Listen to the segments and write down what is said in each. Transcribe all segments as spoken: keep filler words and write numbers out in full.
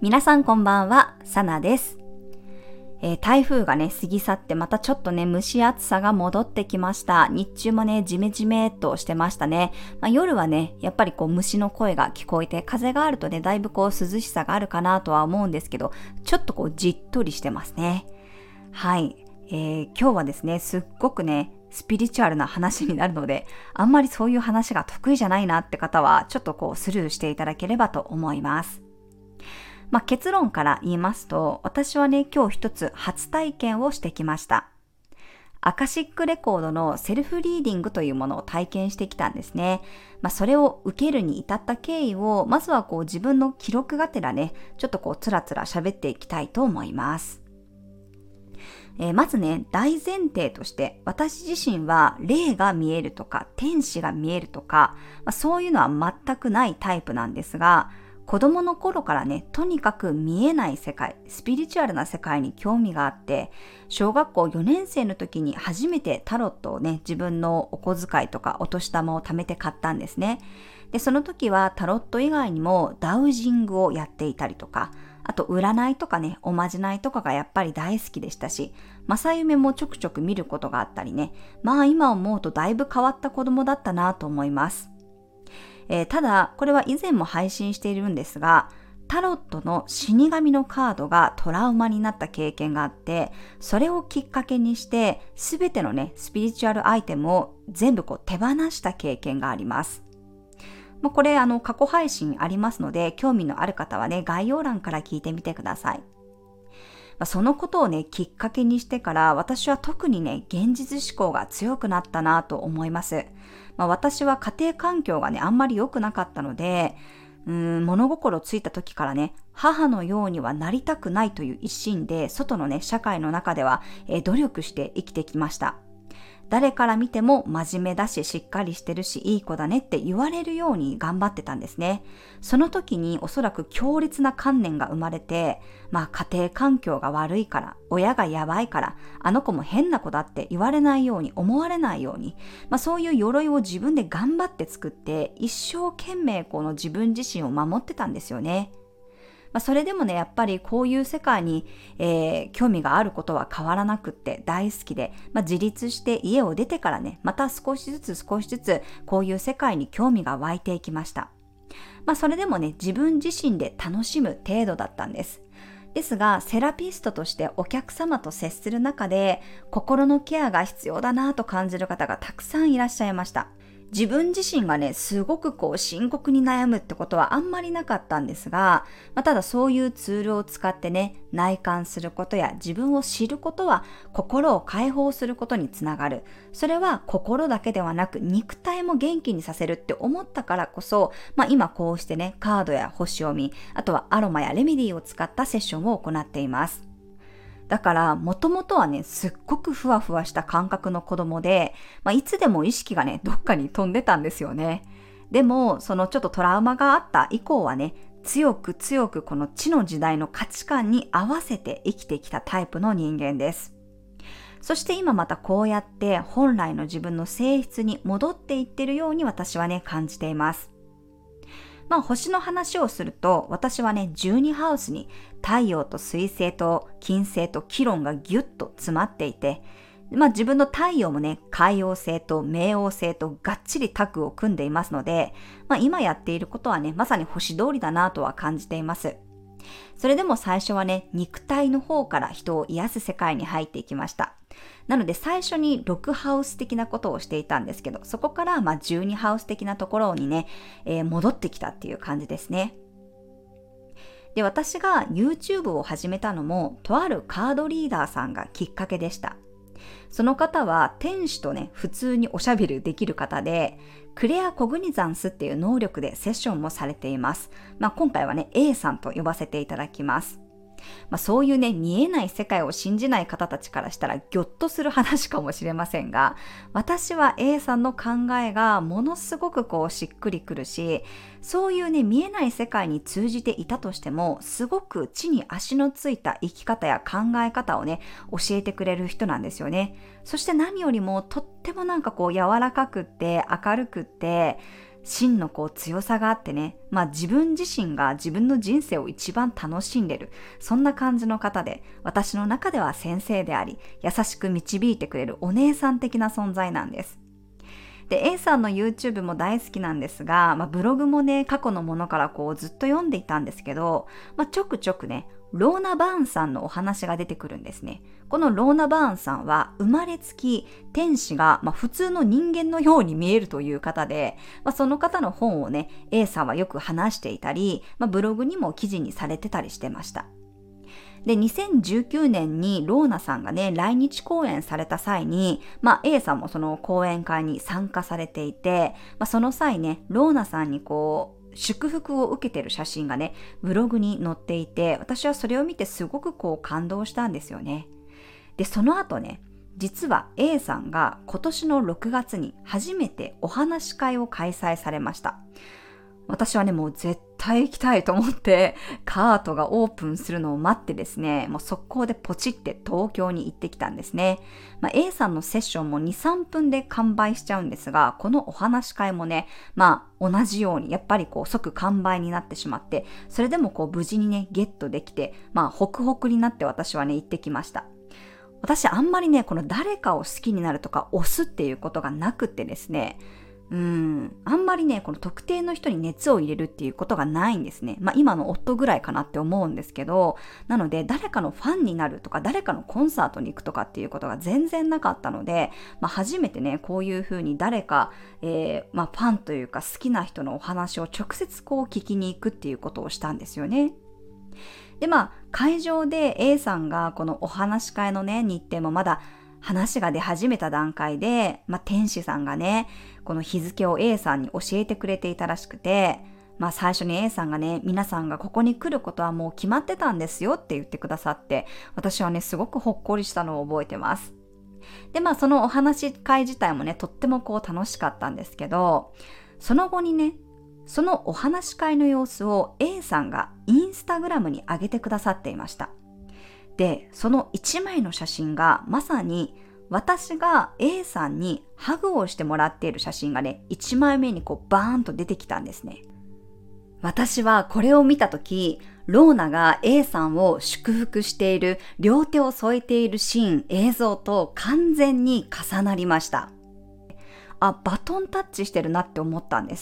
皆さんこんばんは、サナです。えー、台風がね、過ぎ去ってまたちょっとね、蒸し暑さが戻ってきました。日中もね、ジメジメっとしてましたね。まあ、夜はね、やっぱりこう虫の声が聞こえて、風があるとね、だいぶこう涼しさがあるかなとは思うんですけど、ちょっとこうじっとりしてますね。はい。えー、今日はですね、すっごくね、スピリチュアルな話になるので、あんまりそういう話が得意じゃないなって方は、ちょっとこうスルーしていただければと思います。まあ、結論から言いますと、私はね、今日一つ初体験をしてきました。アカシックレコードのセルフリーディングというものを体験してきたんですね。まあ、それを受けるに至った経緯を、まずはこう自分の記録がてらね、ちょっとこうつらつら喋っていきたいと思います。えー、まずね、大前提として、私自身は霊が見えるとか、天使が見えるとか、まあ、そういうのは全くないタイプなんですが、子供の頃からね、とにかく見えない世界、スピリチュアルな世界に興味があって、小学校よねん生の時に初めてタロットをね、自分のお小遣いとかお年玉を貯めて買ったんですね。で、その時はタロット以外にもダウジングをやっていたりとか、あと占いとかね、おまじないとかがやっぱり大好きでしたし、正夢もちょくちょく見ることがあったりね、まあ今思うとだいぶ変わった子供だったなと思います。えー、ただ、これは以前も配信しているんですが、タロットの死神のカードがトラウマになった経験があって、それをきっかけにして、すべてのね、スピリチュアルアイテムを全部こう手放した経験があります。まあ、これ、あの、過去配信ありますので、興味のある方はね、概要欄から聞いてみてください。まあ、そのことをね、きっかけにしてから、私は特にね、現実志向が強くなったなと思います。まあ、私は家庭環境がね、あんまり良くなかったので、うーん、物心ついた時からね、母のようにはなりたくないという一心で、外のね、社会の中では、えー、努力して生きてきました。誰から見ても真面目だし、しっかりしてるし、いい子だねって言われるように頑張ってたんですね。その時におそらく強烈な観念が生まれて、まあ家庭環境が悪いから、親がやばいから、あの子も変な子だって言われないように、思われないように、まあそういう鎧を自分で頑張って作って、一生懸命この自分自身を守ってたんですよね。まあ、それでもね、やっぱりこういう世界に、えー、興味があることは変わらなくって大好きで、まあ、自立して家を出てからね、また少しずつ少しずつこういう世界に興味が湧いていきました。まあ、それでもね、自分自身で楽しむ程度だったんです。ですが、セラピストとしてお客様と接する中で、心のケアが必要だなと感じる方がたくさんいらっしゃいました。自分自身がね、すごくこう深刻に悩むってことはあんまりなかったんですが、まあ、ただそういうツールを使ってね、内観することや自分を知ることは心を解放することにつながる。それは心だけではなく肉体も元気にさせるって思ったからこそ、まあ、今こうしてね、カードや星読み、あとはアロマやレメディーを使ったセッションを行っています。だから、もともとはね、すっごくふわふわした感覚の子供で、まあ、いつでも意識がね、どっかに飛んでたんですよね。でも、そのちょっとトラウマがあった以降はね、強く強くこの地の時代の価値観に合わせて生きてきたタイプの人間です。そして今またこうやって本来の自分の性質に戻っていっているように私はね、感じています。まあ星の話をすると、私はね、じゅうにハウスに太陽と水星と金星とキロンがギュッと詰まっていて、まあ自分の太陽もね、海王星と冥王星とがっちりタッグを組んでいますので、まあ今やっていることはね、まさに星通りだなとは感じています。それでも最初はね、肉体の方から人を癒す世界に入っていきました。なので最初にろくハウス的なことをしていたんですけど、そこからまあじゅうにハウス的なところにね、えー、戻ってきたっていう感じですね。で、私が YouTube を始めたのも、とあるカードリーダーさんがきっかけでした。その方は天使とね、普通におしゃべりできる方で、クレア・コグニザンスっていう能力でセッションもされています。まあ、今回はね、A さんと呼ばせていただきます。まあ、そういうね、見えない世界を信じない方たちからしたらギョッとする話かもしれませんが、私は A さんの考えがものすごくこうしっくりくるし、そういうね、見えない世界に通じていたとしても、すごく地に足のついた生き方や考え方をね、教えてくれる人なんですよね。そして何よりもとってもなんかこう柔らかくって明るくって、 真のこう強さがあってね、まあ自分自身が自分の人生を一番楽しんでる、そんな感じの方で、私の中では先生であり、優しく導いてくれるお姉さん的な存在なんです。で、A さんの YouTube も大好きなんですが、まあ、ブログもね、過去のものからこうずっと読んでいたんですけど、まあ、ちょくちょくね、ローナ・バーンさんのお話が出てくるんですね。このローナ・バーンさんは生まれつき天使が、まあ、普通の人間のように見えるという方で、まあ、その方の本をね、A さんはよく話していたり、まあ、ブログにも記事にされてたりしてました。で、にせんじゅうきゅうねんにローナさんがね、来日公演された際に、まあ A さんもその講演会に参加されていて、まあその際ね、ローナさんにこう、祝福を受けてる写真がね、ブログに載っていて、私はそれを見てすごくこう感動したんですよね。で、その後ね、実は A さんが今年のろくがつに初めてお話し会を開催されました。私はね、もう絶対行きたいと思って、カートがオープンするのを待ってですね、もう速攻でポチって東京に行ってきたんですね。まあ、A さんのセッションもに、さんぷんで完売しちゃうんですが、このお話し会もね、まあ同じように、やっぱりこう即完売になってしまって、それでもこう無事にね、ゲットできて、まあホクホクになって私はね、行ってきました。私あんまりね、この誰かを好きになるとか推すっていうことがなくってですね、うーん、あんまりね、この特定の人に熱を入れるっていうことがないんですね。まあ今の夫ぐらいかなって思うんですけど、なので誰かのファンになるとか、誰かのコンサートに行くとかっていうことが全然なかったので、まあ初めてね、こういうふうに誰か、えー、まあファンというか好きな人のお話を直接こう聞きに行くっていうことをしたんですよね。で、まあ会場で A さんがこのお話し会のね、日程もまだ話が出始めた段階で、まあ、天使さんがね、この日付を A さんに教えてくれていたらしくて、まあ最初に A さんがね、皆さんがここに来ることはもう決まってたんですよって言ってくださって、私はね、すごくほっこりしたのを覚えてます。で、まあそのお話し会自体もね、とってもこう楽しかったんですけど、その後にね、そのお話し会の様子を A さんがインスタグラムに上げてくださっていました。で、その一枚の写真がまさに私が A さんにハグをしてもらっている写真がね、一枚目にこうバーンと出てきたんですね。私はこれを見たとき、ローナが A さんを祝福している、両手を添えているシーン、映像と完全に重なりました。あ、バトンタッチしてるなって思ったんです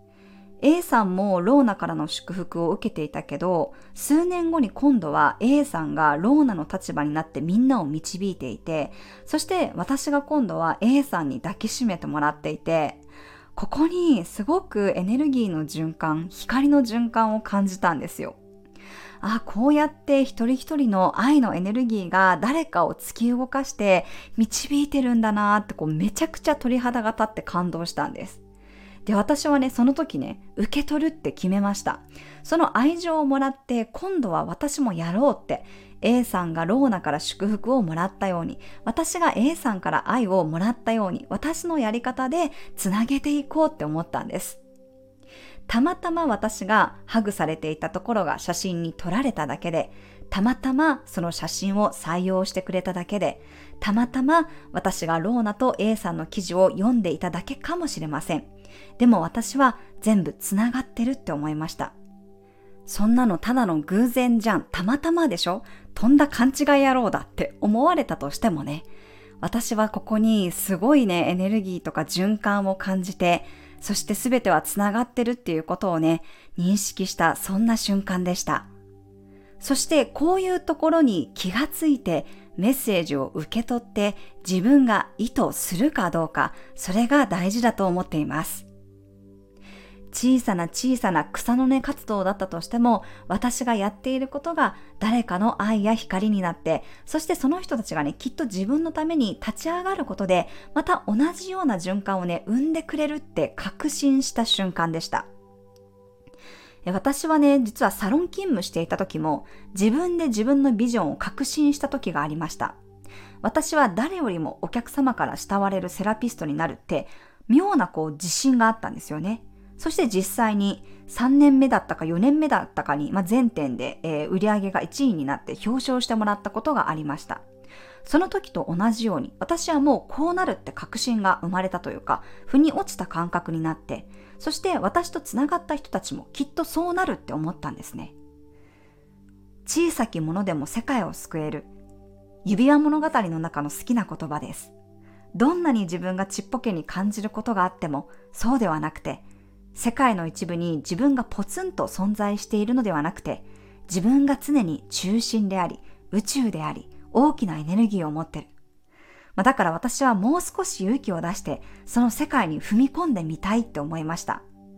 。A さんもローナからの祝福を受けていたけど、数年後に今度は A さんがローナの立場になってみんなを導いていて、そして私が今度は A さんに抱きしめてもらっていて、ここにすごくエネルギーの循環、光の循環を感じたんですよ。あ、こうやって一人一人の愛のエネルギーが誰かを突き動かして導いてるんだなーってこうめちゃくちゃ鳥肌が立って感動したんです。で、私はね、その時ね、受け取るって決めました。その愛情をもらって、今度は私もやろうって、A さんがローナから祝福をもらったように、私が A さんから愛をもらったように、私のやり方でつなげていこうって思ったんです。たまたま私がハグされていたところが写真に撮られただけで、たまたまその写真を採用してくれただけで、たまたま私がローナと A さんの記事を読んでいただけかもしれません。でも私は全部つながってるって思いました。そんなのただの偶然じゃん、たまたまでしょ、とんだ勘違い野郎だって思われたとしてもね、私はここにすごいね、エネルギーとか循環を感じて、そして全てはつながってるっていうことをね、認識したそんな瞬間でした。そしてこういうところに気がついてメッセージを受け取って自分が意図するかどうか、それが大事だと思っています。小さな小さな草の根活動だったとしても、私がやっていることが誰かの愛や光になって、そしてその人たちがね、きっと自分のために立ち上がることで、また同じような循環をね、生んでくれるって確信した瞬間でした。私はね、実はサロン勤務していた時も、自分で自分のビジョンを確信した時がありました。私は誰よりもお客様から慕われるセラピストになるって、妙なこう自信があったんですよね。そして実際にさんねんめだったかよねんめだったかに、まあ、全店で、えー、売り上げがいちいになって表彰してもらったことがありました。 その時と同じように私はもうこうなるって確信が生まれたというか、腑に落ちた感覚になって、そして私とつながった人たちもきっとそうなるって思ったんですね。小さきものでも世界を救える。指輪物語の中の好きな言葉です。どんなに自分がちっぽけに感じることがあっても、そうではなくて、世界の一部に自分がポツンと存在しているのではなくて、自分が常に中心であり、宇宙であり、大きなエネルギーを持ってる。まあ、だから私はもう少し勇気を出して、その世界に踏み込んでみたいって思いました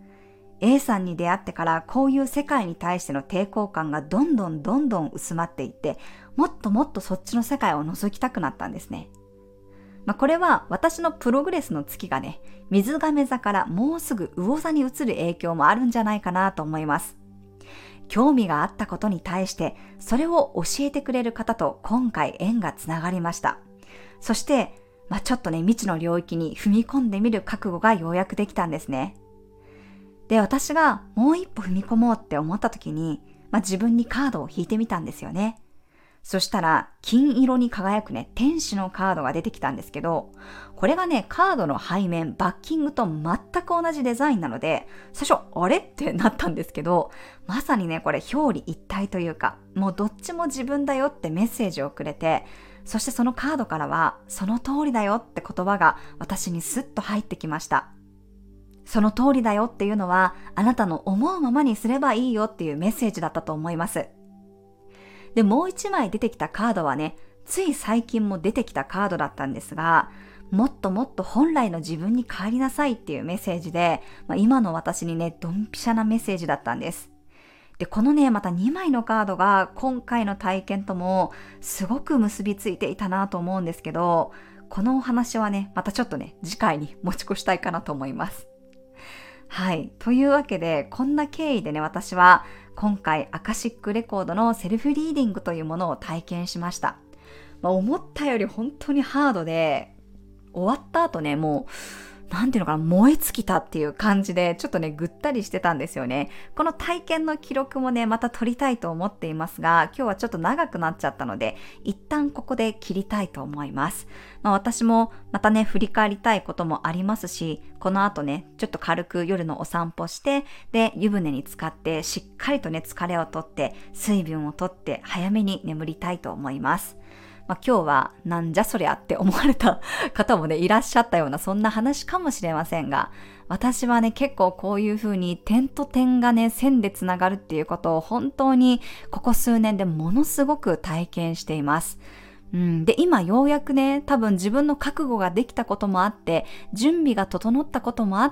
。A さんに出会ってからこういう世界に対しての抵抗感がどんどんどんどん薄まっていって、もっともっとそっちの世界を覗きたくなったんですね。まあ、これは私のプログレスの月がね、水亀座からもうすぐ魚座に移る影響もあるんじゃないかなと思います。興味があったことに対して、それを教えてくれる方と今回縁がつながりました。そして、まあ、ちょっとね、未知の領域に踏み込んでみる覚悟がようやくできたんですね。で、私がもう一歩踏み込もうって思った時に、まあ、自分にカードを引いてみたんですよね。そしたら、金色に輝くね、天使のカードが出てきたんですけど、これがね、カードの背面、バッキングと全く同じデザインなので、最初、あれってなったんですけど、まさにね、これ表裏一体というか、もうどっちも自分だよってメッセージをくれて、そしてそのカードからは、その通りだよって言葉が私にスッと入ってきました。その通りだよっていうのは、あなたの思うままにすればいいよっていうメッセージだったと思います。で、もう一枚出てきたカードはね、つい最近も出てきたカードだったんですが、もっともっと本来の自分に帰りなさいっていうメッセージで、まあ、今の私にね、ドンピシャなメッセージだったんです。で、このね、またにまいのカードが今回の体験ともすごく結びついていたなと思うんですけど、このお話はね、またちょっとね、次回に持ち越したいかなと思います。はい。というわけで、こんな経緯でね、私は今回アカシックレコードのセルフリーディングというものを体験しました。まあ、思ったより本当にハードで、終わった後ね、もう、なんていうのかな、燃え尽きたっていう感じで、ちょっとね、ぐったりしてたんですよね。この体験の記録もね、また撮りたいと思っていますが、今日はちょっと長くなっちゃったので、一旦ここで切りたいと思います。まあ、私もまたね、振り返りたいこともありますし、この後ね、ちょっと軽く夜のお散歩して、で、湯船に浸かって、しっかりとね、疲れをとって、水分をとって、早めに眠りたいと思います。まあ、今日はなんじゃそりゃって思われた方もね、いらっしゃったようなそんな話かもしれませんが、私はね、結構こういう風に点と点がね、線でつながるっていうことを本当にここ数年でものすごく体験しています。うん、で、今ようやくね、多分自分の覚悟ができたこともあって、準備が整ったこともあって、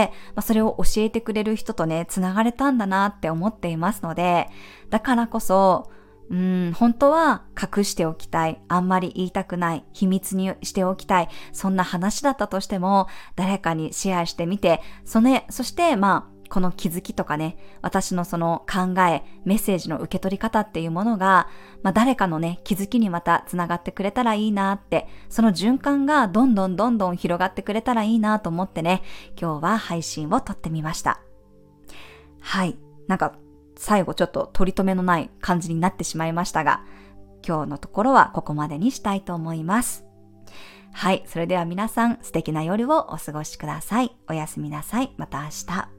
まあ、それを教えてくれる人とね、つながれたんだなって思っていますので、だからこそ、うん、本当は隠しておきたい、あんまり言いたくない、秘密にしておきたい、そんな話だったとしても、誰かにシェアしてみて、そね、そしてまあ、この気づきとかね、私のその考え、メッセージの受け取り方っていうものが、まあ誰かのね、気づきにまたつながってくれたらいいなって、その循環がどんどんどんどん広がってくれたらいいなと思ってね、今日は配信を撮ってみました。はい、なんか、最後ちょっと取り留めのない感じになってしまいましたが、今日のところはここまでにしたいと思います。はい、それでは皆さん素敵な夜をお過ごしください。おやすみなさい。また明日。